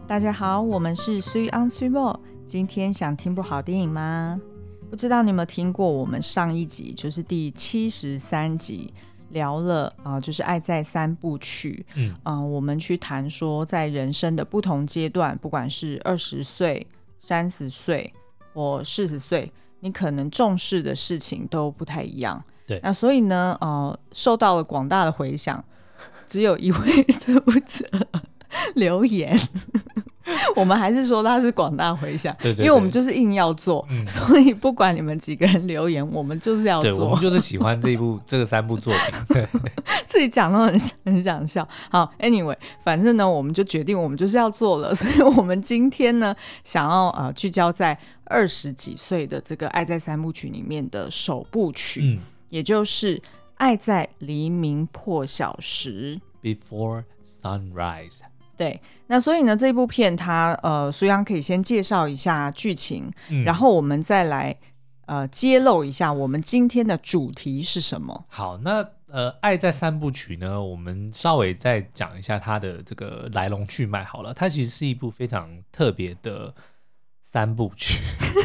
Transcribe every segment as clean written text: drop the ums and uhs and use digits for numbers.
大家好，我们是 Three on Three More。今天想听部好电影吗？不知道你有没有听过我们上一集就是第73集聊了就是爱在三部曲。我们去谈说在人生的不同阶段，不管是20岁、30岁或40岁，你可能重视的事情都不太一样。 对， 那所以呢，受到了广大的回响，只有一位读者留言我们还是说他是广大回响， 对， 因为我们就是硬要做，所以不管你们几个人留言，我们就是要做。 对，我们就是喜欢这三部作品自己讲都很想笑。好 anyway 反正呢我们就决定我们就是要做了，所以我们今天呢想要聚焦在20几岁的这个爱在三部曲里面的首部曲，也就是爱在黎明破晓时 Before Sunrise。 对，那所以呢这部片它苏央可以先介绍一下剧情，然后我们再来揭露一下我们今天的主题是什么。 好，那爱在三部曲呢，我们稍微再讲一下它的这个来龙去脉好了。它其实是一部非常特别的三部曲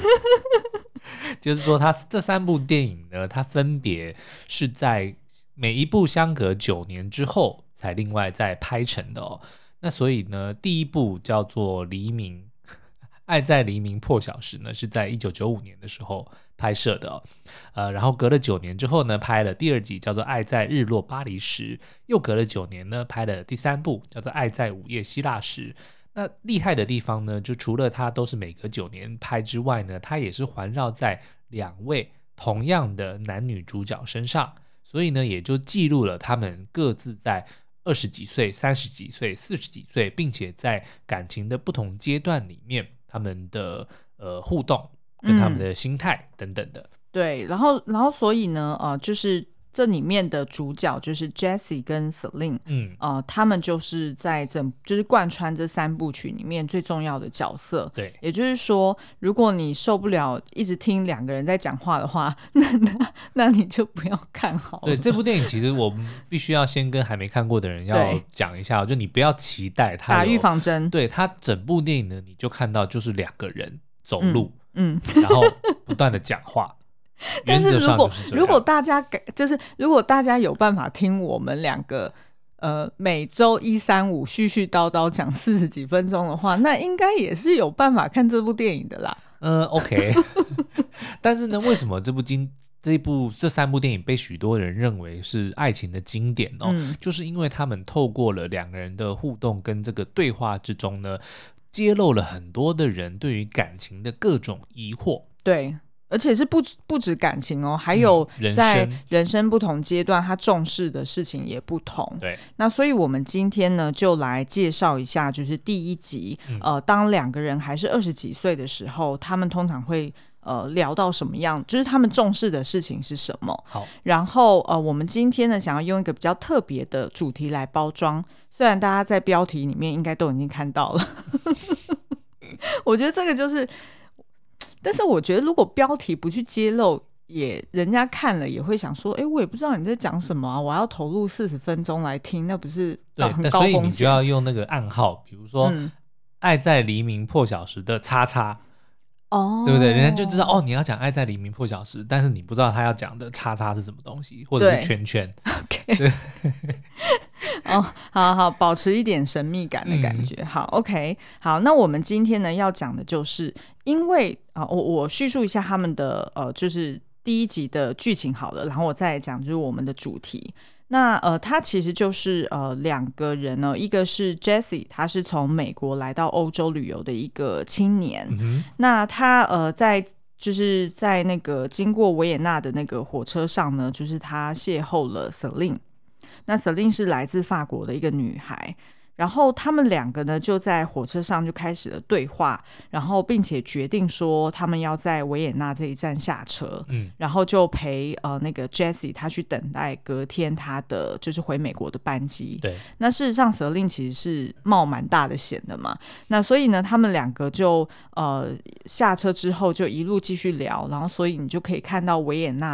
就是说它这三部电影呢，它分别是在每一部相隔9年之后才另外再拍成的哦。那所以呢，第一部叫做黎明爱在黎明破晓时呢，是在1995年的时候拍摄的哦。然后隔了9年之后呢，拍了第二集叫做爱在日落巴黎时，又隔了9年呢，拍了第三部叫做爱在午夜希腊时。那厉害的地方呢，就除了它都是每隔9年拍之外呢，它也是环绕在2位同样的男女主角身上，所以呢，也就记录了他们各自在20几岁、30几岁、40几岁，并且在感情的不同阶段里面，他们的互动跟他们的心态等等的。 对，然后所以呢，就是这里面的主角就是 Jessie 跟 Celine，他们就是在就是贯穿这三部曲里面最重要的角色。 对， 也就是说，如果你受不了一直听2个人在讲话的话，那你就不要看好了。 对，这部电影其实我们必须要先跟还没看过的人要讲一下，就你不要期待它打预防针。对， 它整部电影呢，你就看到就是2个人走路，然后不断的讲话。 但是如果大家如果大家有办法听我们2个每周1、3、5絮絮叨叨讲40几分钟的话，那应该也是有办法看这部电影的啦。 OK 但是呢，为什么这三部电影被许多人认为是爱情的经典就是因为他们透过了2个人的互动跟这个对话之中呢，揭露了很多的人对于感情的各种疑惑。 对，而且是不止感情还有在人生不同阶段他重视的事情也不同。 对， 那所以我们今天呢就来介绍一下，就是第一集当2个人还是20几岁的时候，他们通常会聊到什么样，就是他们重视的事情是什么。 好， 然后我们今天呢想要用一个比较特别的主题来包装，虽然大家在标题里面应该都已经看到了我觉得这个就是但是我觉得如果标题不去揭露，人家看了也会想说，我也不知道你在讲什么我要投入40分钟来听，那不是很高风险？ 所以你就要用那个暗号，比如说爱在黎明破晓时的叉叉对不对？人家就知道你要讲爱在黎明破晓时，但是你不知道他要讲的叉叉是什么东西，或者是圈圈。 OK 好，保持一点神秘感的感觉。好 OK 好，那我们今天呢要讲的就是因为我叙述一下他们的就是第一集的剧情好了，然后我再来讲就是我们的主题。那他其实就是2个人呢，一个是 Jessie， 他是从美国来到欧洲旅游的一个青年。那他就是在那个经过维也纳的那个火车上呢，就是他邂逅了 Celine。那 Celine 是来自法国的一个女孩，然后他们2个呢就在火车上就开始了对话，然后并且决定说他们要在维也纳这一站下车，然后就陪那个 Jessie 他去等待隔天他的就是回美国的班机。 对， 那事实上 Celine 其实是冒蛮大的险的嘛，那所以呢他们2个就下车之后就一路继续聊，然后所以你就可以看到维也纳的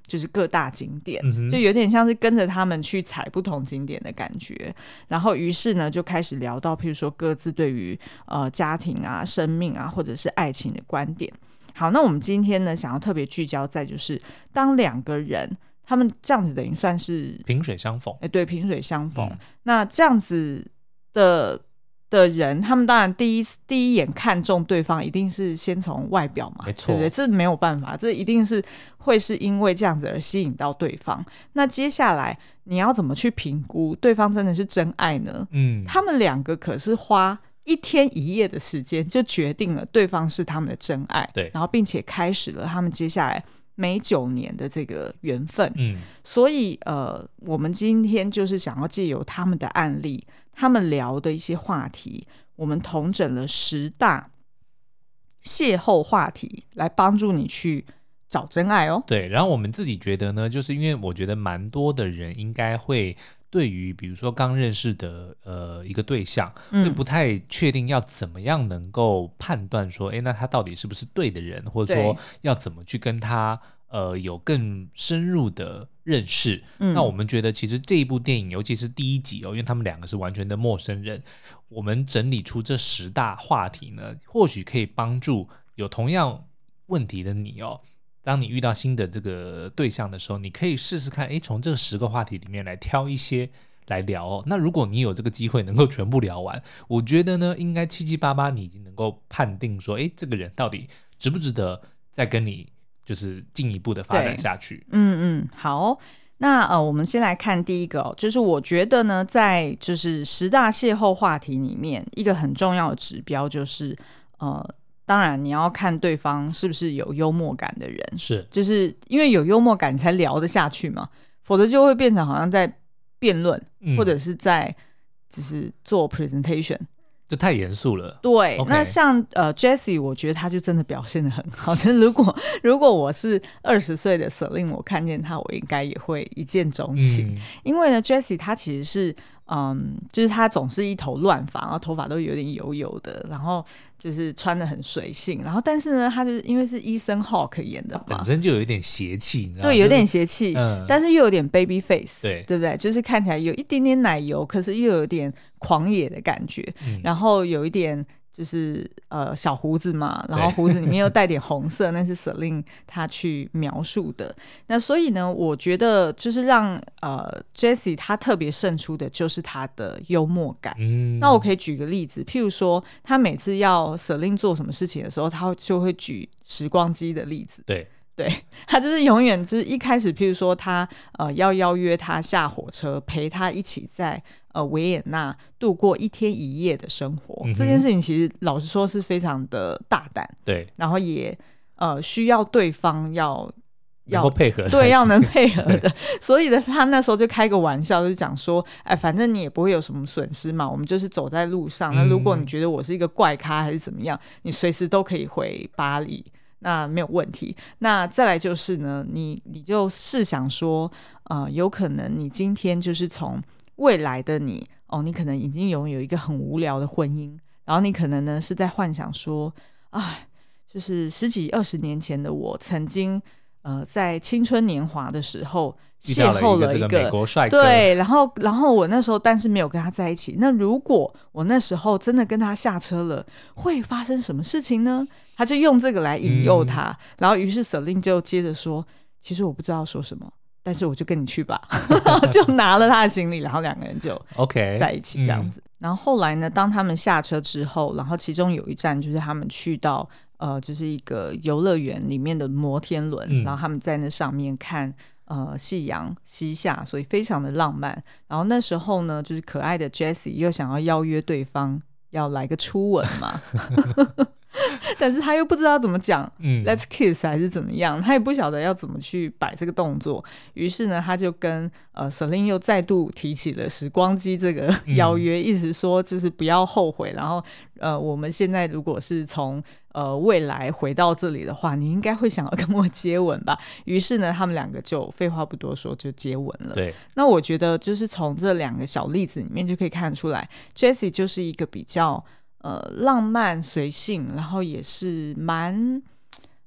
就是各大景点， 嗯就有点像是跟着他们去踩不同景点的感觉。然后于是呢就开始聊到譬如说各自对于家庭啊、生命啊或者是爱情的观点。好，那我们今天呢想要特别聚焦在就是当两个人他们这样子等于算是萍水相逢， 对，萍水相逢。那这样子的人，他们当然第一眼看中对方，一定是先从外表嘛， 没错， 对不对？这没有办法，这一定是会是因为这样子而吸引到对方。那接下来你要怎么去评估对方真的是真爱呢？他们两个可是花1天1夜的时间就决定了对方是他们的真爱， 对， 然后并且开始了他们接下来每9年的这个缘分。所以我们今天就是想要借由他们的案例，他们聊的一些话题，我们统整了10大邂逅话题来帮助你去找真爱哦。 对，然后我们自己觉得呢，就是因为我觉得蛮多的人应该会对于比如说刚认识的一个对象，会不太确定要怎么样能够判断说，那他到底是不是对的人，或者说要怎么去跟他有更深入的认识。那我们觉得其实这一部电影尤其是第1集因为他们两个是完全的陌生人，我们整理出这10大话题呢，或许可以帮助有同样问题的你当你遇到新的这个对象的时候，你可以试试看从这10个话题里面来挑一些来聊那如果你有这个机会能够全部聊完，我觉得呢应该七七八八你已经能够判定说这个人到底值不值得再跟你就是进一步的发展下去。 好，那我们先来看第一个就是我觉得呢在就是10大邂逅话题里面一个很重要的指标就是当然你要看对方是不是有幽默感的人， 是就是因为有幽默感你才聊得下去嘛，否则就会变成好像在辩论，或者是在就是做 presentation， 这太严肃了。 对， okay. 那像Jessie 我觉得他就真的表现得很好，就是如果我是20岁的 Celine， 我看见他我应该也会一见钟情。因为呢 Jessie 他其实是就是他总是一头乱发，然后头发都有点油油的，然后就是穿得很随性，然后但是呢他就是因为是Ethan Hawke 演的嘛， 本身就有一点邪气，你知道吗？ 对，有点邪气，但是又有点 baby face， 对不对？就是看起来有一点点奶油，可是又有点狂野的感觉，然后有一点就是小胡子嘛，然后胡子里面又带点红色，那是 Celine 他去描述的。那所以呢，我觉得就是让Jessie 他特别胜出的就是他的幽默感。那我可以举个例子，譬如说他每次要 Celine 做什么事情的时候，他就会举时光机的例子。对，他就是永远就是一开始譬如说他要邀约他下火车陪他一起在维也纳度过1天1夜的生活，这件事情其实老实说是非常的大胆， 对， 然后也需要对方要能够配合， 对，要能配合的。所以呢他那时候就开个玩笑，就讲说反正你也不会有什么损失嘛，我们就是走在路上，那如果你觉得我是一个怪咖还是怎么样，你随时都可以回巴黎，那没有问题。那再来就是呢，你就试想说有可能你今天就是从未来的你你可能已经拥有一个很无聊的婚姻，然后你可能呢是在幻想说就是10几20年前的我曾经在青春年华的时候邂逅了一个美国帅哥， 对，然后我那时候但是没有跟他在一起，那如果我那时候真的跟他下车了，会发生什么事情呢？他就用这个来引诱他，然后于是 Celine 就接着说，其实我不知道说什么，但是我就跟你去吧就拿了他的行李，然后2个人就在一起这样子。然后后来呢，当他们下车之后，然后其中有一站就是他们去到就是一个游乐园里面的摩天轮，然后他们在那上面看夕阳西下，所以非常的浪漫。然后那时候呢，就是可爱的 Jessie 又想要邀约对方要来个初吻嘛但是他又不知道怎么讲Let's kiss 还是怎么样，他也不晓得要怎么去摆这个动作，于是呢他就跟Celine 又再度提起了时光机这个邀约，意思说就是不要后悔，然后我们现在如果是从未来回到这里的话，你应该会想要跟我接吻吧。于是呢他们2个就废话不多说就接吻了。 对， 那我觉得就是从这2个小例子里面就可以看出来 Jessie 就是一个比较浪漫随性，然后也是蛮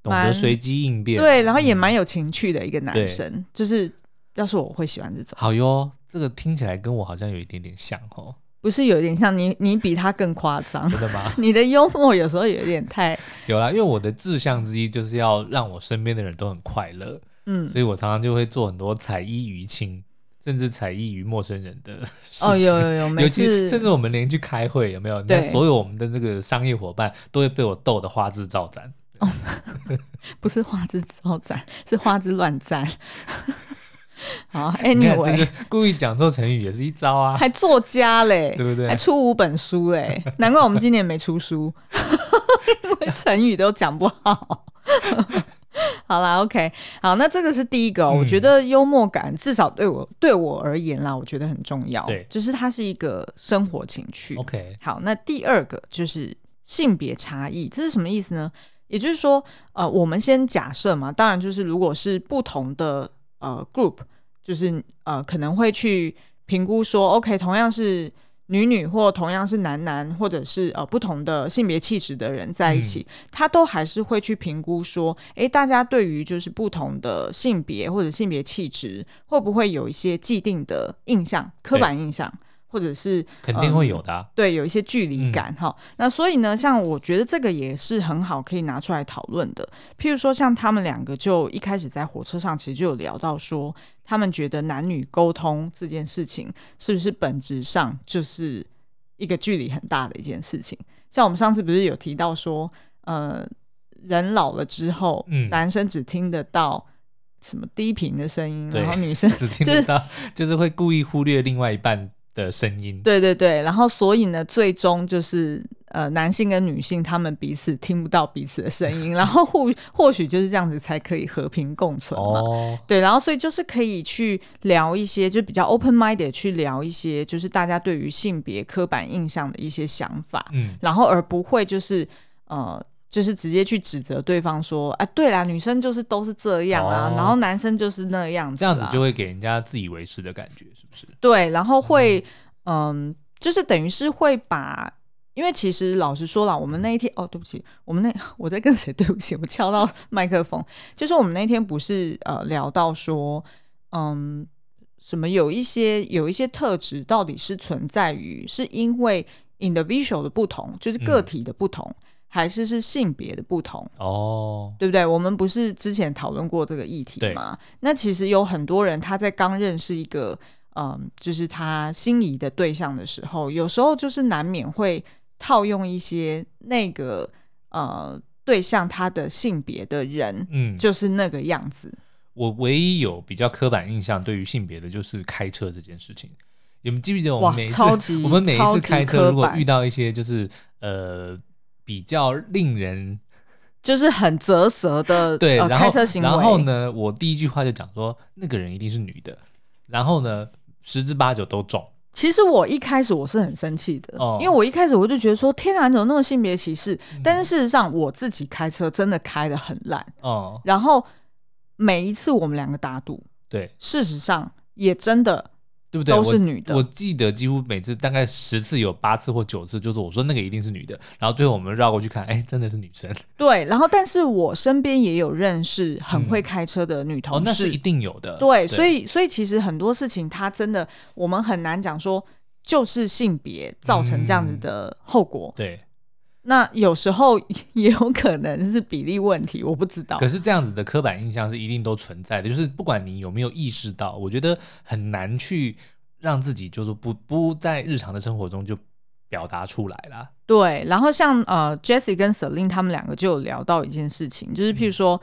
懂得随机应变， 对，然后也蛮有情趣的一个男生，就是要是我会喜欢这种。 好哟，这个听起来跟我好像有一点点像哦。 不是有点像你比他更夸张？ 真的吗？ 你的幽默有时候有点太…… 有啦，因为我的志向之一就是要让我身边的人都很快乐，所以我常常就会做很多采衣娱亲，甚至采衣于陌生人的事情。 有， 尤其甚至我们连去开会有没有？那所有我们的那个商业伙伴都会被我逗得花枝招展。 不是花枝招展，是花枝乱颤。好 ，anyway， 故意讲错成语也是一招啊， 还作家嘞， 对不对？ 还出5本书嘞，难怪我们今年没出书，因为成语都讲不好。好啦 ，OK， 好，那这个是第一个我觉得幽默感至少对我而言啦，我觉得很重要， 对， 就是它是一个生活情趣。 OK， 好，那第二个就是性别差异，这是什么意思呢？也就是说，我们先假设嘛，当然就是如果是不同的group， 就是可能会去评估说 OK 同样是女或同样是男或者是不同的性别气质的人在一起，他都还是会去评估说大家对于就是不同的性别或者性别气质会不会有一些既定的印象、刻板印象，或者是肯定会有的啊， 对，有一些距离感那所以呢，像我觉得这个也是很好可以拿出来讨论的。譬如说像他们两个就一开始在火车上其实就有聊到说，他们觉得男女沟通这件事情是不是本质上就是一个距离很大的一件事情。像我们上次不是有提到说人老了之后男生只听得到什么低频的声音，然后女生只听得到就是会故意忽略另外一半的声音， 对对对，然后所以呢最终就是男性跟女性他们彼此听不到彼此的声音，然后或许就是这样子才可以和平共存嘛，对，然后所以就是可以去聊一些就比较 open minded 去聊一些就是大家对于性别刻板印象的一些想法，然后而不会就是直接去指责对方说对啦，女生就是都是这样啊，然后男生就是那样子， 这样子就会给人家自以为是的感觉，是不是？ 对，然后会就是等于是会把，因为其实老实说啦，我们那一天对不起，我在跟谁对不起，我敲到麦克风，就是我们那天不是聊到说什么有一些特质到底是存在于是因为 individual 的不同，就是个体的不同，还是性别的不同对不对？我们不是之前讨论过这个议题吗？那其实有很多人他在刚认识一个就是他心仪的对象的时候，有时候就是难免会套用一些那个对象他的性别的人就是那个样子。 我唯一有比较刻板印象对于性别的就是开车这件事情。你们记不记得我们每一次开车如果遇到一些就是比较令人就是很折舌的对开车行为， 然后呢我第一句话就讲说那个人一定是女的，然后呢10之8九都中。 其实我一开始我是很生气的因为我一开始我就觉得说天哪，怎么那么性别歧视但是事实上我自己开车真的开得很烂然后每一次我们两个打赌， 对， 事实上也真的对不对？ 都是女的。 我记得几乎每次大概10次有8次或9次就是我说那个一定是女的，然后最后我们绕过去看真的是女生。 对，然后但是我身边也有认识很会开车的女同事那是一定有的。 对，所以其实很多事情它真的我们很难讲说就是性别造成这样子的后果对， 那有时候也有可能是比例问题，我不知道。 可是这样子的刻板印象是一定都存在的，就是不管你有没有意识到，我觉得很难去让自己就是不在日常的生活中就表达出来啦。 对，然后像Jessie 跟 Celine 他们两个就有聊到一件事情，就是譬如说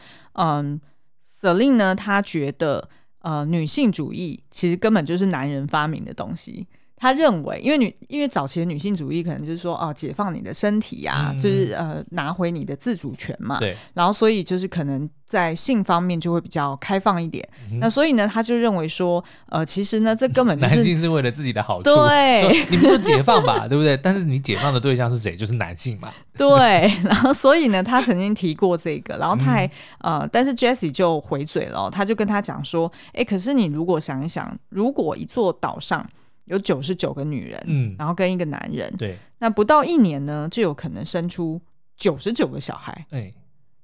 Celine 呢她觉得女性主义其实根本就是男人发明的东西。他认为因为早期的女性主义可能就是说解放你的身体就是拿回你的自主权嘛， 对， 然后所以就是可能在性方面就会比较开放一点那所以呢他就认为说其实呢这根本就是男性是为了自己的好处， 对， 你们都解放吧对不对？但是你解放的对象是谁？就是男性嘛。 对，然后所以呢他曾经提过这个，然后他还但是 Jessie 就回嘴了他就跟他讲说可是你如果想一想，如果一座岛上有99个女人然后跟一个男人， 对， 那不到1年呢就有可能生出99个小孩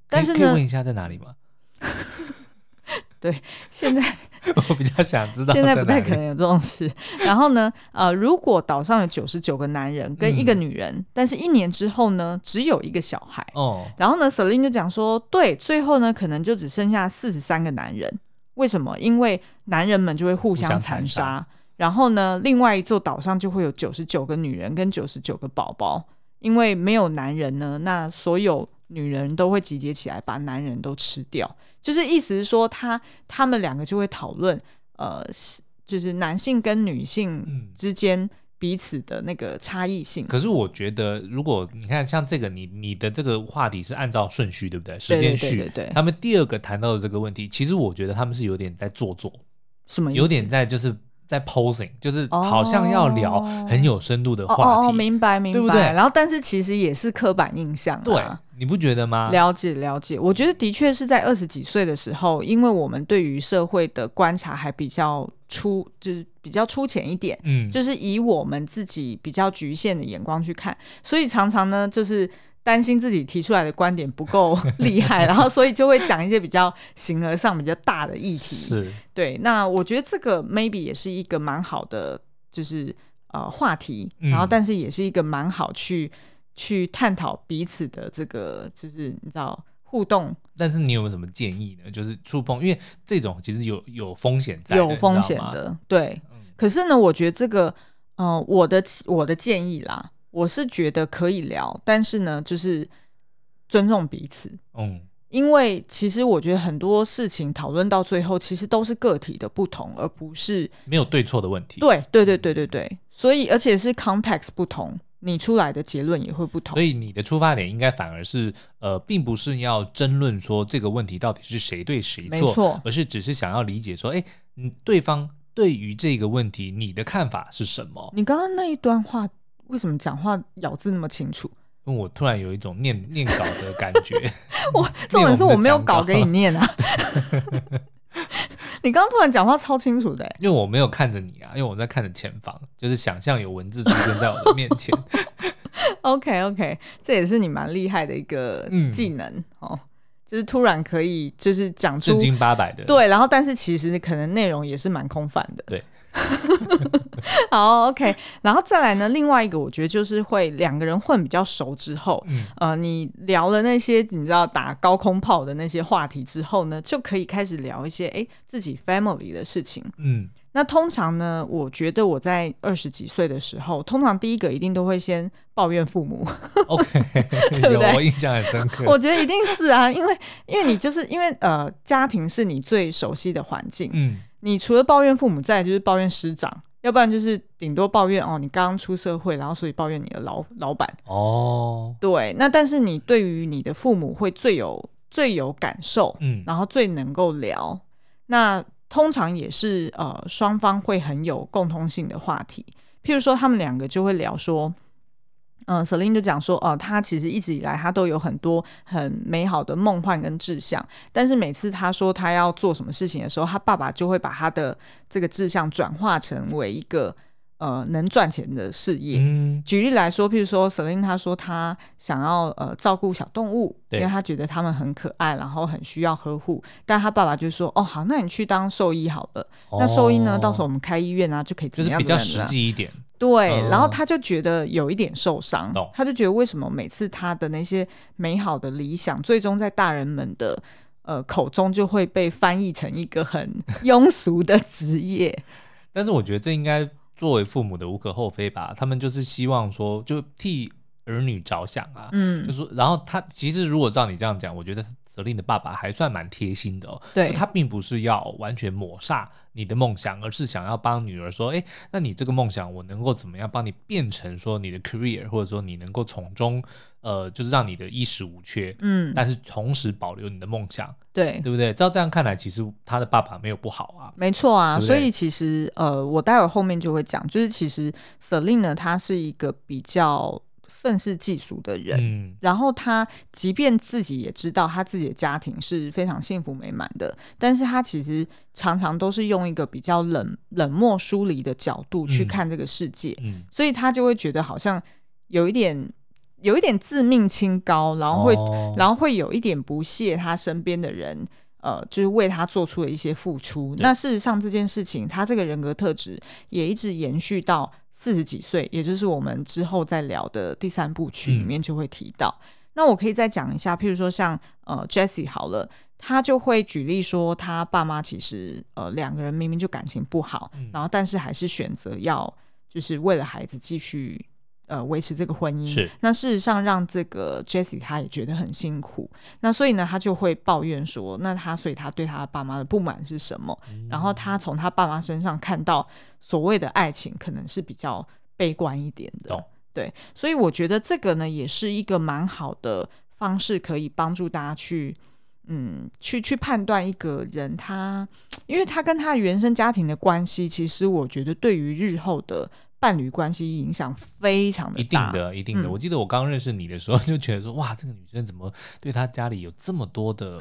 但是呢， 可以问一下在哪里吗？ 对，现在我比较想知道现在不太可能有这种事。然后呢，如果岛上有99个男人跟1个女人，但是1年之后呢，只有1个小孩。然后呢 Celine 就讲说，对，最后呢，可能就只剩下43个男人。为什么？因为男人们就会互相残杀，然后呢，另外一座岛上就会有99个女人跟99个宝宝。因为没有男人呢，那所有女人都会集结起来把男人都吃掉，就是意思是说他们两个就会讨论就是男性跟女性之间彼此的那个差异性。 可是我觉得如果你看像这个你的这个话题是按照顺序对不对？时间序， 对， 他们第二个谈到的这个问题，其实我觉得他们是有点在做作。 什么意思？ 有点在 posing， 就是好像要聊很有深度的话题。 明白， 对不对？ 然后但是其实也是刻板印象对，你不觉得吗？ 了解，我觉得的确是在20几岁的时候，因为我们对于社会的观察还比较就是比较粗浅一点，就是以我们自己比较局限的眼光去看，所以常常呢就是担心自己提出来的观点不够厉害，然后所以就会讲一些比较形而上比较大的议题。 是， 对，那我觉得这个 maybe 也是一个蛮好的就是话题，然后但是也是一个蛮好去探讨彼此的这个就是你知道互动。 但是你有没有什么建议呢？就是触碰，因为这种其实有风险在的， 有风险的，对。可是呢，我觉得这个我的建议啦，我是觉得可以聊，但是呢，就是尊重彼此。因为其实我觉得很多事情讨论到最后，其实都是个体的不同，而不是没有对错的问题。 对，所以而且是 context 不同，你出来的结论也会不同。 所以你的出发点应该反而是并不是要争论说这个问题到底是谁对谁错， 没错， 而是只是想要理解说，对方对于这个问题你的看法是什么？ 你刚刚那一段话为什么讲话咬字那么清楚？ 因为我突然有一种念稿的感觉。 重点是我没有稿给你念啊。你刚刚突然讲话超清楚的。 因为我没有看着你啊，因为我在看着前方，就是想象有文字出现在我的面前。 OK， 这也是你蛮厉害的一个技能就是突然可以就是讲出正经八百的。 对，然后但是其实可能内容也是蛮空泛的。 对。 好 OK， 然后再来呢，另外一个我觉得就是会两个人混比较熟之后，你聊了那些你知道打高空炮的那些话题之后呢，就可以开始聊一些自己 family 的事情。那通常呢，我觉得我在20几岁的时候，通常第一个一定都会先抱怨父母。 OK， 对不对？我印象很深刻。 我觉得一定是啊，因为你就是因为家庭是你最熟悉的环境。你除了抱怨父母，再来就是抱怨师长，要不然就是顶多抱怨你刚刚出社会，然后所以抱怨你的老板。对，那但是你对于你的父母会最有感受，然后最能够聊。那通常也是双方会很有共通性的话题，譬如说他们两个就会聊说Celine 就讲说他其实一直以来他都有很多很美好的梦幻跟志向，但是每次他说他要做什么事情的时候，他爸爸就会把他的这个志向转化成为一个能赚钱的事业。举例来说，譬如说 Celine 他说他想要照顾小动物，因为他觉得他们很可爱，然后很需要呵护，但他爸爸就说好，那你去当兽医好了。那兽医呢，到时候我们开医院啊就可以怎么样， 就是比较实际一点。 对，然后他就觉得有一点受伤，他就觉得为什么每次他的那些美好的理想，最终在大人们的口中就会被翻译成一个很庸俗的职业。 但是我觉得这应该作为父母的无可厚非吧，他们就是希望说就替儿女着想啊，就是然后他其实如果照你这样讲，我觉得Celine的爸爸还算蛮贴心的对， 他并不是要完全抹煞你的梦想，而是想要帮女儿说那你这个梦想我能够怎么样帮你变成说你的 career， 或者说你能够从中就是让你的衣食无缺，但是同时保留你的梦想，对不对？照这样看来，其实他的爸爸没有不好啊。 没错啊，对不对？所以其实我待会后面就会讲，就是其实 Celine 呢，他是一个比较愤世嫉俗的人，然后他即便自己也知道他自己的家庭是非常幸福美满的，但是他其实常常都是用一个比较冷漠疏离的角度去看这个世界，所以他就会觉得好像有一点有一点自命清高，然后会有一点不屑他身边的人就是为他做出了一些付出。那事实上这件事情他这个人格特质也一直延续到40几岁，也就是我们之后再聊的第3部曲里面就会提到。那我可以再讲一下，譬如说像Jessie 好了，他就会举例说他爸妈其实2个人明明就感情不好，然后但是还是选择要就是为了孩子继续维持这个婚姻。 是， 那事实上让这个 Jessie 他也觉得很辛苦，那所以呢他就会抱怨说，那所以他对他爸妈的不满是什么？然后他从他爸妈身上看到所谓的爱情可能是比较悲观一点的。对，所以我觉得这个呢也是一个蛮好的方式，可以帮助大家去判断一个人因为他跟他原生家庭的关系，其实我觉得对于日后的伴侣关系影响非常的大。 一定的。我记得我刚认识你的时候就觉得说，哇，这个女生怎么对她家里有这么多的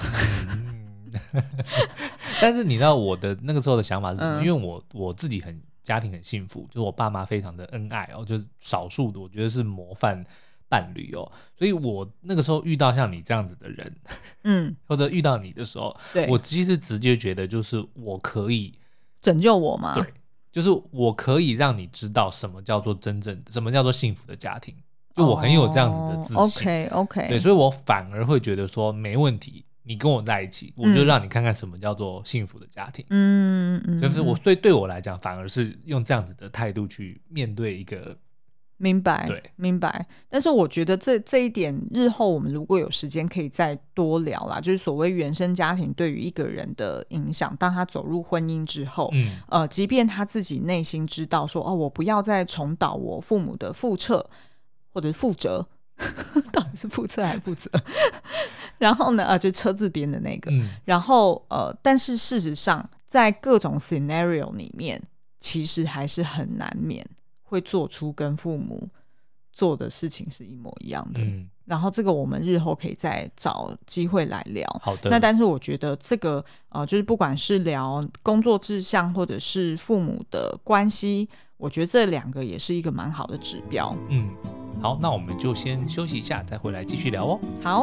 但是你知道我的那个时候的想法是什么？因为我自己家庭很幸福，就是我爸妈非常的恩爱就是少数的我觉得是模范伴侣所以我那个时候遇到像你这样子的人或者遇到你的时候，我其实直接觉得就是我可以拯救我吗？ 对，就是我可以让你知道什么叫做什么叫做幸福的家庭，就我很有这样子的自信。 OK， 对，所以我反而会觉得说没问题，你跟我在一起，我就让你看看什么叫做幸福的家庭。就是所以对我来讲，反而是用这样子的态度去面对一个。 明白， 对， 明白。但是我觉得这一点，日后我们如果有时间可以再多聊啦。就是所谓原生家庭对于一个人的影响，当他走入婚姻之后，即便他自己内心知道说，我不要再重蹈我父母的覆辙或者覆辙，到底是覆辙还是覆辙？然后呢，就车字边的那个。然后但是事实上，在各种 scenario 里面，其实还是很难免会做出跟父母做的事情是一模一样的。然后这个我们日后可以再找机会来聊。 好的。 那但是我觉得这个就是不管是聊工作志向或者是父母的关系，我觉得这2个也是一个蛮好的指标。 好，那我们就先休息一下，再回来继续聊哦。 好，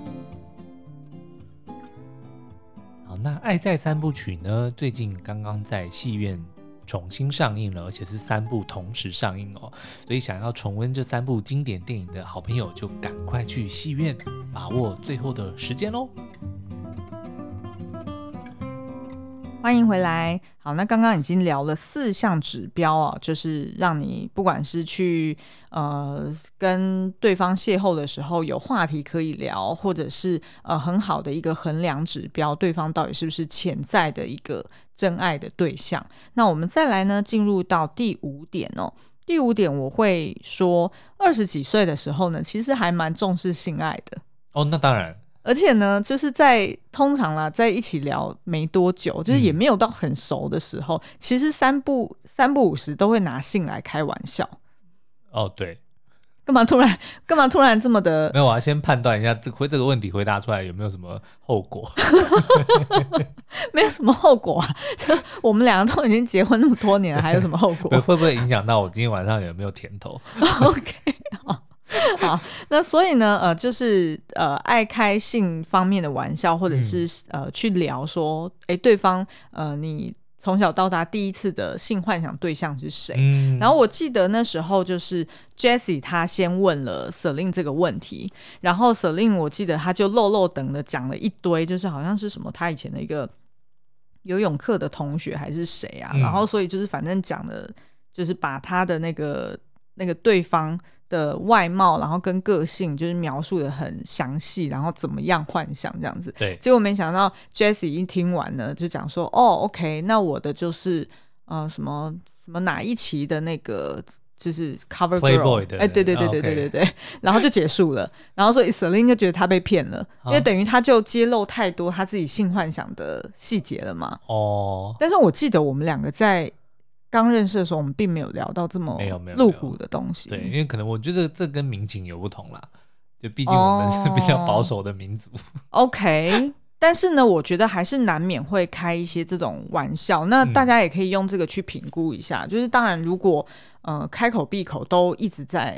那《爱在3部曲》呢，最近刚刚在戏院重新上映了，而且是3部同时上映所以想要重温这3部经典电影的好朋友，就赶快去戏院，把握最后的时间咯。 欢迎回来。好，那刚刚已经聊了4项指标就是让你不管是去跟对方邂逅的时候有话题可以聊，或者是很好的一个衡量指标，对方到底是不是潜在的一个真爱的对象。那我们再来呢，进入到第5点第5点我会说20几岁的时候呢，其实还蛮重视性爱的。 那当然。 而且呢，就是通常啦，在一起聊没多久，就是也没有到很熟的时候，其实三不五时都会拿性来开玩笑。 对。 干嘛突然这么的？ 没有，我要先判断一下这个问题回答出来有没有什么后果。 没有什么后果啊，就我们2个都已经结婚那么多年了，还有什么后果？ 会不会影响到我今天晚上有没有甜头 ？OK， 好，那所以呢，就是爱开性方面的玩笑，或者是去聊说，对方你从小到大第一次的性幻想对象是谁？然后我记得那时候就是 Jessie 她先问了 Celine 这个问题，然后 Celine 我记得她就漏等的讲了一堆，就是好像是什么她以前的一个游泳课的同学还是谁啊，然后所以就是反正讲的就是把她的那个对方的外貌然后跟个性就是描述的很详细，然后怎么样幻想这样子。 对， 结果没想到 Jessie 一听完呢就讲说OK， 那我的就是什么哪一期的那个就是 cover girl Playboy 的对，然后就结束了。然后所以 Celine 就觉得他被骗了，因为等于他就揭露太多他自己性幻想的细节了嘛。但是我记得我们2个在刚认识的时候，我们并没有聊到这么露骨的东西。 对，因为可能我觉得这跟民情有不同啦，就毕竟我们是比较保守的民族。 OK， 但是呢，我觉得还是难免会开一些这种玩笑。那大家也可以用这个去评估一下。就是当然，如果开口闭口都一直在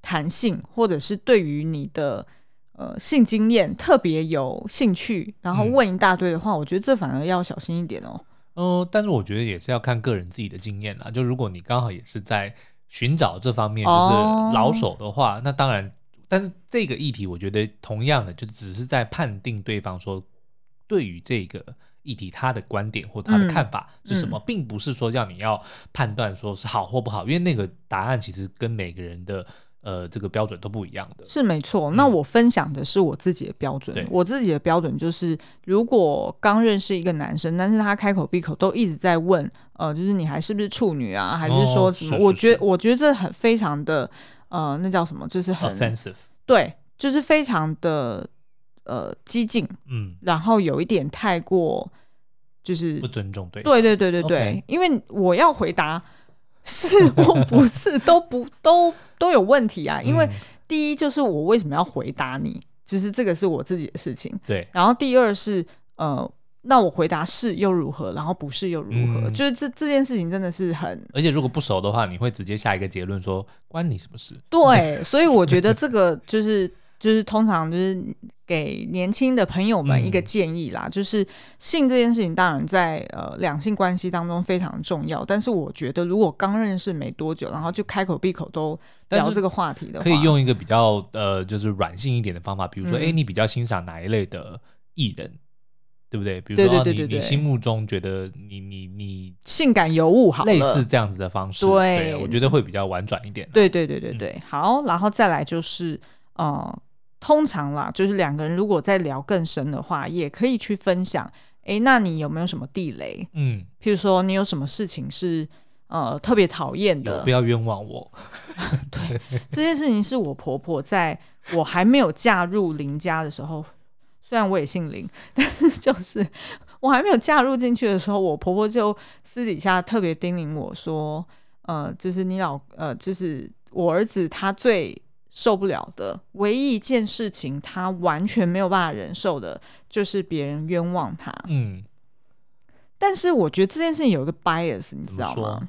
谈性，或者是对于你的性经验特别有兴趣，然后问一大堆的话，我觉得这反而要小心一点哦。 但是我觉得也是要看个人自己的经验啦。就如果你刚好也是在寻找这方面就是老手的话，那当然，但是这个议题我觉得同样的就只是在判定对方说对于这个议题他的观点或他的看法是什么，并不是说要你要判断说是好或不好，因为那个答案其实跟每个人的这个标准都不一样的。 是没错。那我分享的是我自己的标准，我自己的标准就是，如果刚认识一个男生，但是他开口闭口都一直在问，就是你还是不是处女啊，还是说什么？我觉得这很非常的那叫什么？就是很 offensive， 对，就是非常的激进，然后有一点太过就是不尊重对方。对， okay. 因为我要回答是或不是都有问题啊。因为第一就是我为什么要回答你，就是这个是我自己的事情。 对， 然后第二是那我回答是又如何，然后不是又如何？就是这件事情真的是很， 而且如果不熟的话，你会直接下一个结论说关你什么事？ 对，所以我觉得这个就是通常就是给年轻的朋友们一个建议啦，就是性这件事情当然在两性关系当中非常重要，但是我觉得如果刚认识没多久，然后就开口闭口都聊这个话题的话， 可以用一个比较就是软性一点的方法，比如说你比较欣赏哪一类的艺人，对不对？比如说你心目中觉得你性感尤物好了， 类似这样子的方式，对，我觉得会比较婉转一点。 对，好，然后再来就是通常啦，就是两个人如果再聊更深的话，也可以去分享，那你有没有什么地雷？譬如说你有什么事情是特别讨厌的， 不要冤枉我。 对，这件事情是我婆婆在我还没有嫁入林家的时候，虽然我也姓林，但是就是我还没有嫁入进去的时候，我婆婆就私底下特别叮咛我说，就是就是我儿子他最受不了的唯一一件事情，他完全没有办法忍受的，就是别人冤枉他。但是我觉得这件事情有一个 bias， 你知道吗？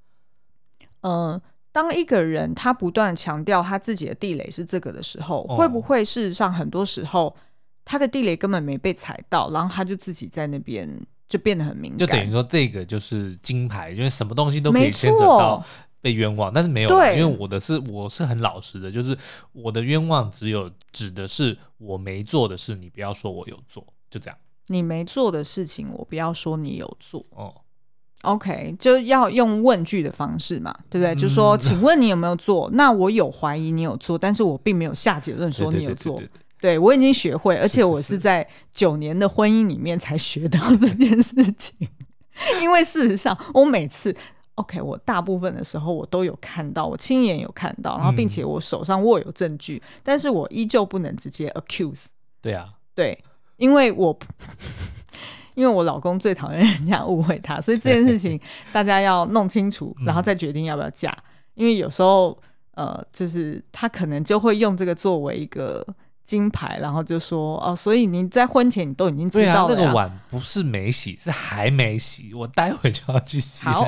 当一个人他不断强调他自己的地雷是这个的时候，会不会事实上很多时候他的地雷根本没被踩到，然后他就自己在那边就变得很敏感， 就等于说这个就是金牌，因为什么东西都可以牵扯到被冤枉，但是没有啦，因为我是很老实的，就是我的冤枉指的是我没做的事，你不要说我有做，就这样。 你没做的事情，我不要说你有做。OK， 就要用问句的方式嘛，对不对？就说请问你有没有做？那我有怀疑你有做，但是我并没有下结论说你有做。对，我已经学会，而且我是在9年的婚姻里面才学到这件事情。因为事实上我每次OK， 我大部分的时候我都有看到，我亲眼有看到，然后并且我手上握有证据，但是我依旧不能直接 accuse。 对啊， 对，因为我老公最讨厌人家误会他，所以这件事情大家要弄清楚，然后再决定要不要嫁。因为有时候就是他可能就会用这个作为一个金牌，然后就说所以你在婚前你都已经知道了呀。 对啊，那个碗不是没洗，是还没洗，我待会就要去洗。 好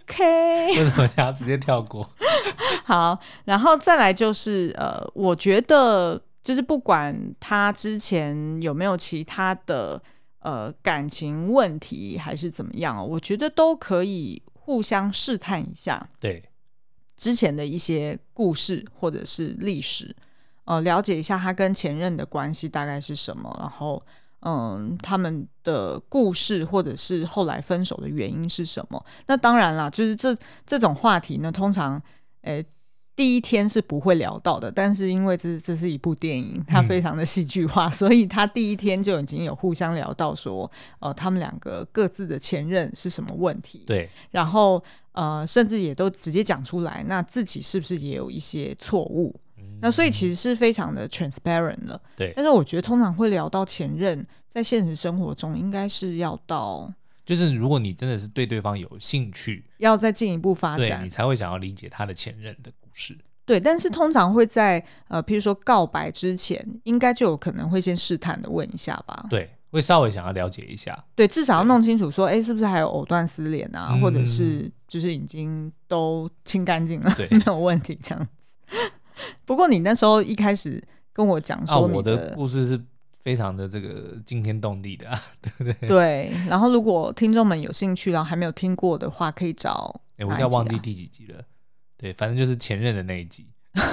OK， 为什么想要直接跳过？ 好，然后再来就是我觉得就是不管他之前有没有其他的感情问题还是怎么样，我觉得都可以互相试探一下对之前的一些故事或者是历史，了解一下他跟前任的关系大概是什么，然后他们的故事或者是后来分手的原因是什么。那当然啦，就是这种话题呢，通常第一天是不会聊到的，但是因为这是一部电影，它非常的戏剧化，所以他第一天就已经有互相聊到说他们两个各自的前任是什么问题。 对， 然后甚至也都直接讲出来，那自己是不是也有一些错误。那所以其实是非常的 transparent 了。 对， 但是我觉得通常会聊到前任，在现实生活中应该是要到， 就是如果你真的是对对方有兴趣， 要再进一步发展， 对，你才会想要理解他的前任的故事。 对，但是通常会在譬如说告白之前，应该就有可能会先试探的问一下吧。 对，会稍微想要了解一下。 对，至少要弄清楚说是不是还有藕断丝连啊，或者是就是已经都清干净了，没有问题这样子。 不过你那时候一开始跟我讲说我的故事是非常的这个惊天动地的对不对？ 对，然后如果听众们有兴趣然后还没有听过的话，可以找我现在忘记第几集了，对，反正就是前任的那一集。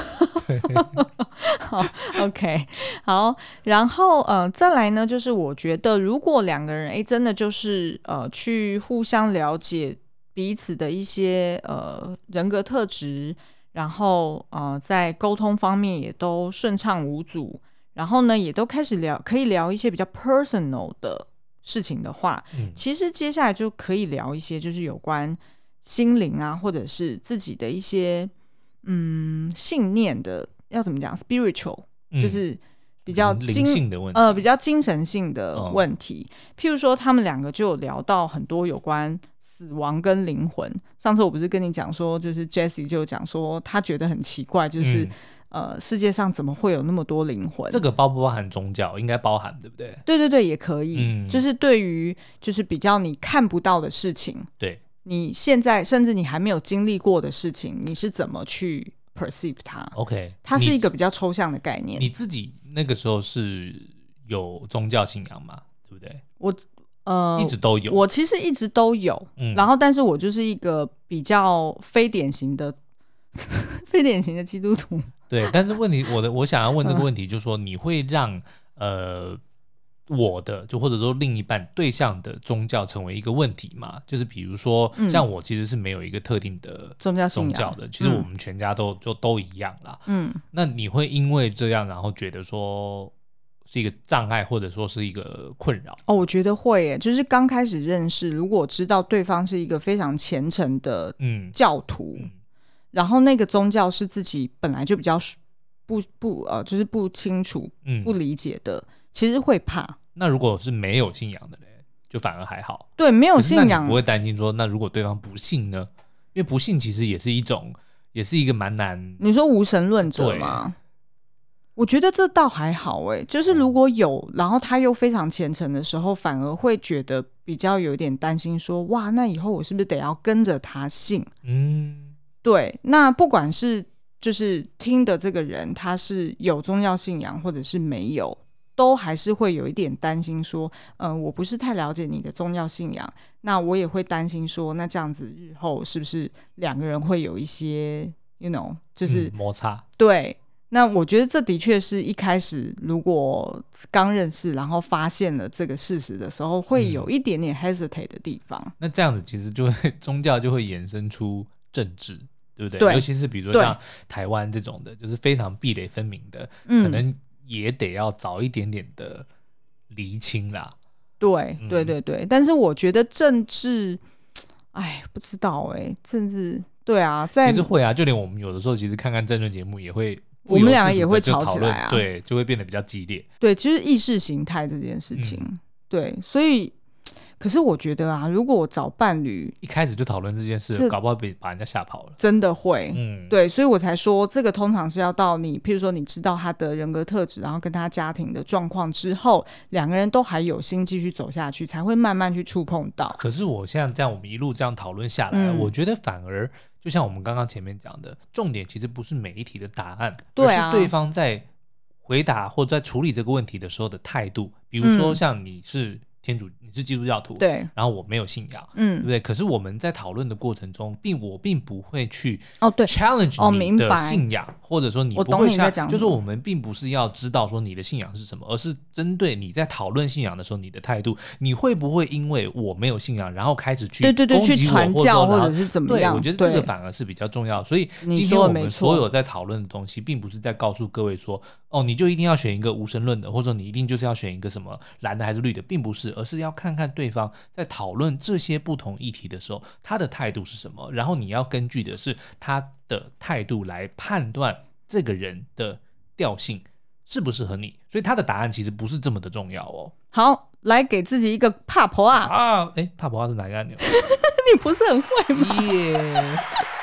好 OK 好，然后再来呢，就是我觉得如果两个人真的就是去互相了解彼此的一些人格特质，然后在沟通方面也都顺畅无阻，然后呢也都开始可以聊一些比较 personal 的事情的话，其实接下来就可以聊一些就是有关心灵啊，或者是自己的一些信念的，要怎么讲 spiritual，就是比较灵性的问题， 比较精神性的问题。譬如说他们两个就有聊到很多有关死亡跟灵魂。上次我不是跟你讲说，就是 Jessie 就讲说他觉得很奇怪，就是世界上怎么会有那么多灵魂？ 这个包不包含宗教？应该包含，对不对？ 对对对，也可以。就是对于就是比较你看不到的事情， 对， 你现在甚至你还没有经历过的事情，你是怎么去 perceive 它 ？OK， 它是一个比较抽象的概念。 你自己那个时候是有宗教信仰吗？对不对？ 我一直都有。 我其实一直都有，然后但是我就是一个比较非典型的非典型的基督徒。 对，但是问题我想要问这个问题，就是说你会让我的就或者说另一半对象的宗教成为一个问题嘛？就是比如说像我其实是没有一个特定的宗教信仰的，其实我们全家都一样啦。那你会因为这样然后觉得说是一个障碍或者说是一个困扰？ 我觉得会耶，就是刚开始认识，如果知道对方是一个非常虔诚的教徒，然后那个宗教是自己本来就比较就是不清楚、不理解的，其实会怕。 那如果是没有信仰的嘞，就反而还好。 对，没有信仰， 那你不会担心说，那如果对方不信呢？因为不信其实也是一个蛮难。 你说无神论者吗？我觉得这倒还好耶，就是如果有，然后他又非常虔诚的时候，反而会觉得比较有点担心说，哇，那以后我是不是得要跟着他信？对，那不管是就是听的这个人他是有宗教信仰或者是没有，都还是会有一点担心说我不是太了解你的宗教信仰，那我也会担心说，那这样子日后是不是两个人会有一些 you know 就是摩擦。 对，那我觉得这的确是一开始如果刚认识然后发现了这个事实的时候会有一点点 hesitate 的地方。 那这样子其实就会宗教就会衍生出政治，对不对？对，尤其是比如说像台湾这种的就是非常壁垒分明的，可能也得要早一点点的厘清啦。 对对对对，但是我觉得政治不知道政治对啊， 其实会啊，就连我们有的时候其实看看政论节目也会， 我们两个也会吵起来啊， 对，就会变得比较激烈。 对，就是意识形态这件事情，对，所以可是我觉得啊，如果我找伴侣一开始就讨论这件事，搞不好把人家吓跑了， 真的会。对，所以我才说这个通常是要到你譬如说你知道他的人格特质，然后跟他家庭的状况之后，两个人都还有心继续走下去，才会慢慢去触碰到。 可是我现在这样我们一路这样讨论下来，我觉得反而就像我们刚刚前面讲的，重点其实不是每一题的答案，而是对方在回答或者在处理这个问题的时候的态度。比如说像你是天主，你是基督教徒， 对， 然后我没有信仰，对不对？可是我们在讨论的过程中，我并不会去challenge 你的信仰，或者说你不会就是我们并不是要知道说你的信仰是什么，而是针对你在讨论信仰的时候你的态度，你会不会因为我没有信仰，然后开始去攻击我， 去传教或者是怎么样？ 对，我觉得这个反而是比较重要。所以今天我们所有在讨论的东西，并不是在告诉各位说，你就一定要选一个无神论的，或者说你一定就是要选一个什么蓝的还是绿的，并不是，而是要看看对方在讨论这些不同议题的时候，他的态度是什么，然后你要根据的是他的态度来判断这个人的调性适不适合你，所以他的答案其实不是这么的重要哦。 好，来给自己一个帕婆啊！ 帕婆是哪个按钮？ 你不是很会吗？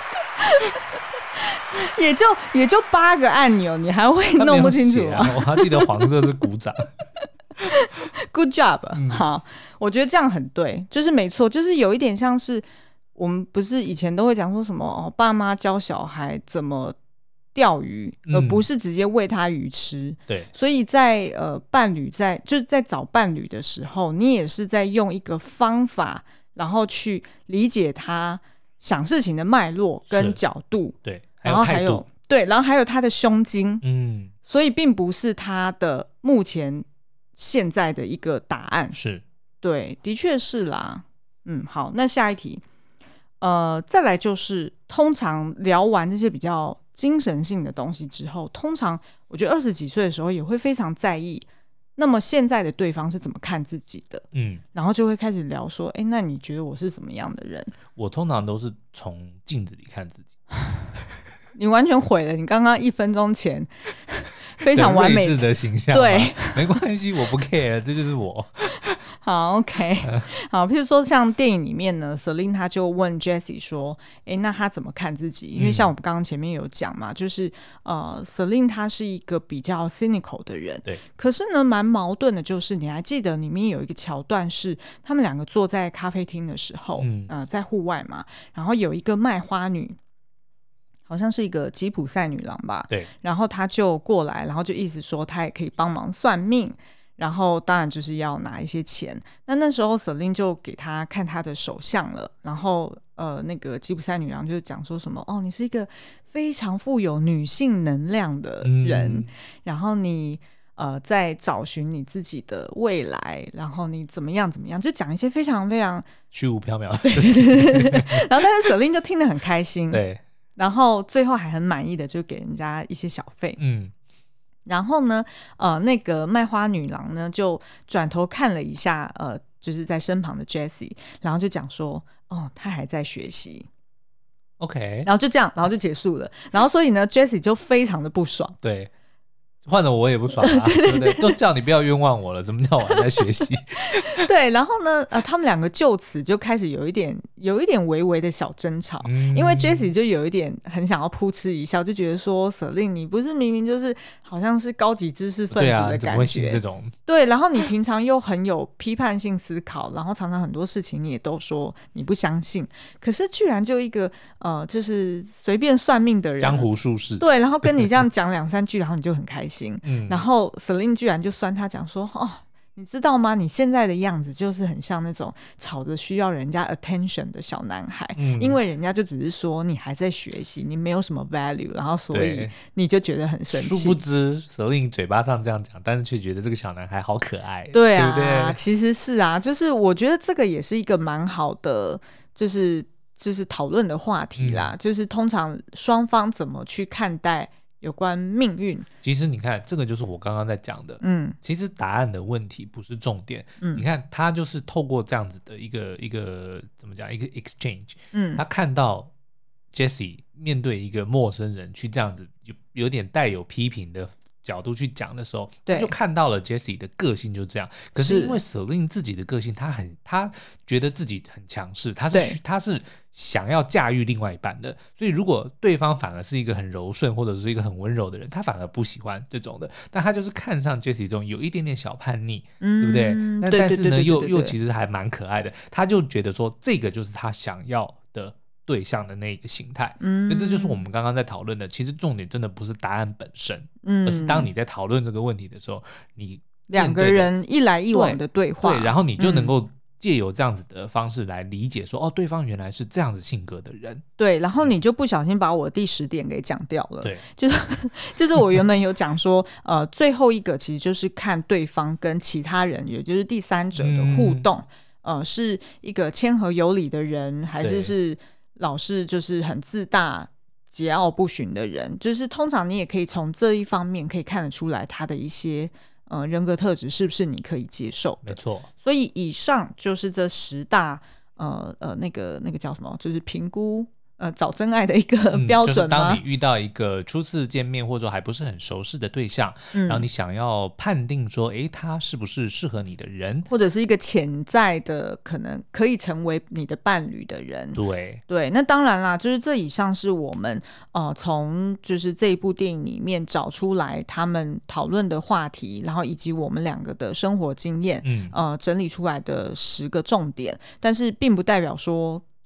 也就8个按钮，你还会弄不清楚吗？ 我还记得黄色是鼓掌。 Good job，好，我觉得这样很对，就是没错，就是有一点像是我们不是以前都会讲说什么爸妈教小孩怎么钓鱼，而不是直接喂他鱼吃。 对， 所以在伴侣就是在找伴侣的时候，你也是在用一个方法，然后去理解他想事情的脉络跟角度， 对， 然后还有对，然后还有他的胸襟，所以并不是他的目前现在的一个答案。 是， 对，的确是啦。好，那下一题，再来就是通常聊完这些比较精神性的东西之后，通常我觉得20几岁的时候也会非常在意，那么现在的对方是怎么看自己的？然后就会开始聊说，那你觉得我是怎么样的人？ 我通常都是从镜子里看自己。 你完全毁了你刚刚1分钟前非常完美的形象。对，没关系，我不 care， 这就是我。 好 OK 好，譬如说像电影里面呢 Celine 他就问 Jessie 说那他怎么看自己？因为像我们刚刚前面有讲嘛，就是Celine 他是一个比较 cynical 的人， 对， 可是呢蛮矛盾的，就是你还记得里面有一个桥段是他们两个坐在咖啡厅的时候，在户外嘛，然后有一个卖花女，好像是一个吉普赛女郎吧， 对， 然后她就过来，然后就意思说她也可以帮忙算命，然后当然就是要拿一些钱。那时候 Celine 就给她看她的手相了，然后那个吉普赛女郎就讲说什么你是一个非常富有女性能量的人，然后你在找寻你自己的未来，然后你怎么样怎么样，就讲一些非常非常虚无缥缈的然后但是 Celine 就听得很开心， 对， 然后最后还很满意的就给人家一些小费。然后呢那个卖花女郎呢就转头看了一下就是在身旁的 Jessie， 然后就讲说她还在学习。 OK， 然后就这样，然后就结束了。然后所以呢 Jessie 就非常的不爽。 对，换了我也不爽啊对不对？都叫你不要冤枉我了，怎么叫我还在学习对，然后呢他们两个就此就开始有一点微微的小争吵，因为 Jessie 就有一点很想要扑哧一笑，就觉得说 Celine 你不是明明就是好像是高级知识分子的感觉， 对啊，怎么会信这种？ 对，然后你平常又很有批判性思考，然后常常很多事情你也都说你不相信，可是居然就一个就是随便算命的人， 江湖术士， 对，然后跟你这样讲2-3句，然后你就很开心然后 Celine 居然就酸他讲说你知道吗？你现在的样子就是很像那种吵着需要人家 attention 的小男孩，因为人家就只是说你还在学习，你没有什么 value， 然后所以你就觉得很生气。 殊不知 Celine 嘴巴上这样讲，但是却觉得这个小男孩好可爱， 对啊， 对不对？ 其实是啊，就是我觉得这个也是一个蛮好的，就是讨论的话题啦，就是通常双方怎么去看待有关命运。 其实你看这个就是我刚刚在讲的其实答案的问题不是重点你看他就是透过这样子的一个怎么讲，一个 exchange他看到 Jessie 面对一个陌生人去这样子有点带有批评的角度去讲的时候，他就看到了 Jessie 的个性就这样。可是因为 Celine 自己的个性，他觉得自己很强势，他是想要驾驭另外一半的，所以如果对方反而是一个很柔顺或者是一个很温柔的人，他反而不喜欢这种的。但他就是看上 Jessie 这种有一点点小叛逆，对不对？但是呢，又其实还蛮可爱的，他就觉得说这个就是他想要的对象的那个形态，所以这就是我们刚刚在讨论的。其实重点真的不是答案本身，而是当你在讨论这个问题的时候，你两个人一来一往的对话， 对，然后你就能够借由这样子的方式来理解说，对方原来是这样子性格的人。 对，然后你就不小心把我第10点给讲掉了。 对， 就是我原本有讲说，最后一个其实就是看对方跟其他人，也就是第三者的互动，是一个谦和有礼的人，还是老是就是很自大桀骜不驯的人，就是通常你也可以从这一方面可以看得出来他的一些人格特质是不是你可以接受的。 没错， 所以以上就是这10大那个叫什么，就是评估找真爱的一个标准吗？ 就是当你遇到一个初次见面或者说还不是很熟识的对象，然后你想要判定说他是不是适合你的人， 或者是一个潜在的可能可以成为你的伴侣的人。对，那当然啦，就是这以上是我们从就是这一部电影里面找出来他们讨论的话题，然后以及我们两个的生活经验整理出来的10个重点，但是并不代表说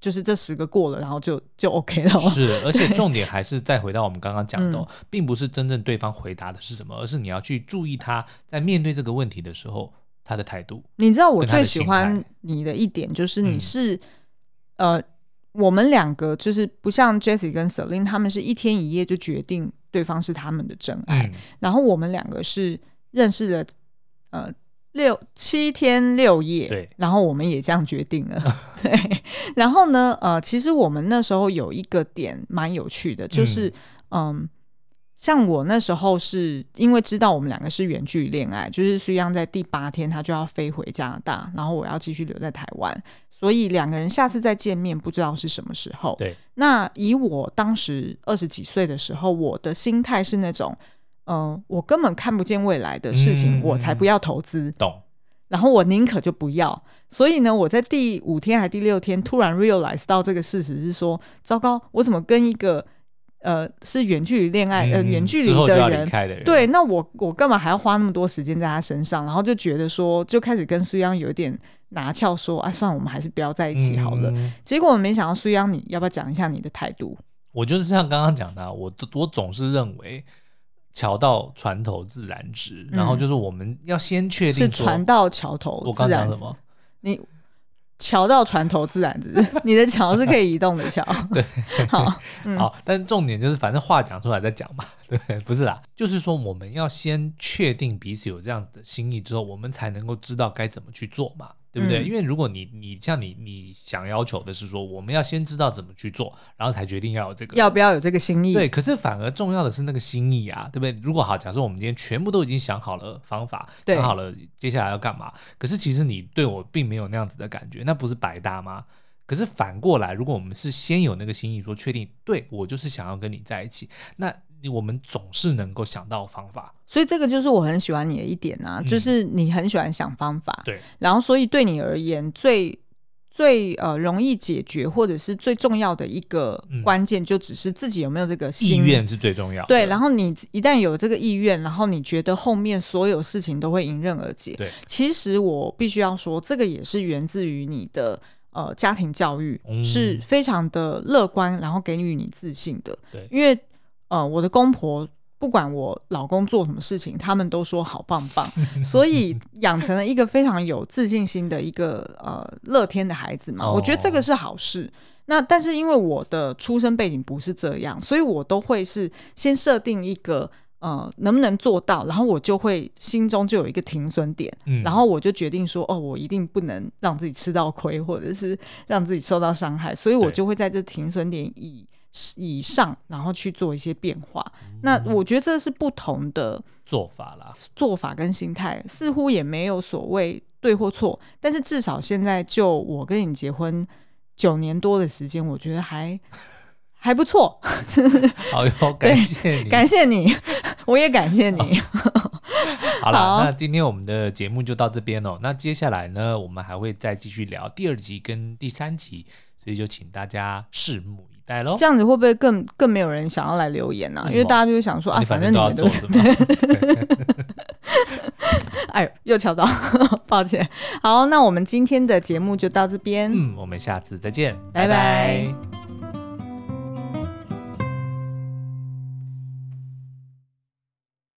就是这10个过了，然后就 OK 了。 是，而且重点还是再回到我们刚刚讲的并不是真正对方回答的是什么，而是你要去注意他在面对这个问题的时候他的态度。 你知道我最喜欢你的一点就是你是我们2个就是不像 Jessie 跟 Celine 他们是1天1夜就决定对方是他们的真爱，然后我们2个是认识了7天6夜， 对， 然后我们也这样决定了对，然后呢其实我们那时候有一个点蛮有趣的，就是像我那时候是因为知道我们2个是远距离恋爱，就是苏央在第8天他就要飞回加拿大，然后我要继续留在台湾，所以2个人下次再见面不知道是什么时候。 对， 那以我当时20几岁的时候，我的心态是那种我根本看不见未来的事情，我才不要投资， 懂， 然后我宁可就不要。所以呢我在第5天还第6天突然 realize 到这个事实是说，糟糕，我怎么跟一个是远距离恋爱远距离的人，之后就要离开的人，对，那我干嘛还要花那么多时间在他身上？然后就觉得说，就开始跟苏央有一点拿翘说，算了，我们还是不要在一起好了。结果我没想到苏央，你要不要讲一下你的态度？ 我就是像刚刚讲的我总是认为桥到船头自然直，然后就是我们要先确定说是船到桥头自然直。 我刚讲什么？ 你桥到船头自然直，你的桥是可以移动的桥。 对， 好， 好，但是重点就是反正话讲出来再讲嘛，对，不是啦，就是说我们要先确定彼此有这样子的心意之后，我们才能够知道该怎么去做嘛，对不对？因为如果你像你想要求的是说我们要先知道怎么去做，然后才决定要有这个， 要不要有这个心意？ 对，可是反而重要的是那个心意啊，对不对？如果好，假设我们今天全部都已经想好了方法，想好了接下来要干嘛，可是其实你对我并没有那样子的感觉，那不是白搭吗？可是反过来，如果我们是先有那个心意，说确定对我就是想要跟你在一起，那我们总是能够想到方法。 所以这个就是我很喜欢你的一点啊，就是你很喜欢想方法， 对， 然后所以对你而言最容易解决或者是最重要的一个关键，就只是自己有没有这个意愿是最重要的。 对，然后你一旦有这个意愿，然后你觉得后面所有事情都会迎刃而解。 对， 其实我必须要说，这个也是源自于你的家庭教育，是非常的乐观，然后给予你自信的。 对， 因为我的公婆不管我老公做什么事情，他们都说好棒棒，所以养成了一个非常有自信心的一个乐天的孩子嘛。我觉得这个是好事。那但是因为我的出生背景不是这样，所以我都会是先设定一个能不能做到，然后我就会心中就有一个停损点，然后我就决定说我一定不能让自己吃到亏，或者是让自己受到伤害，所以我就会在这停损点以上然后去做一些变化。那我觉得这是不同的做法啦， 做法跟心态似乎也没有所谓对或错，但是至少现在就我跟你结婚9年多的时间，我觉得还不错。 好哟，感谢你， 感谢你，我也感谢你。 好了，那今天我们的节目就到这边哦。那接下来呢，我们还会再继续聊第2集跟第3集，所以就请大家拭目以待咯。 这样子会不会更没有人想要来留言啊？因为大家就会想说反正你们都要做是吧？ 哎呦，又敲到，抱歉。好，那我们今天的节目就到这边。 我们下次再见， 拜拜。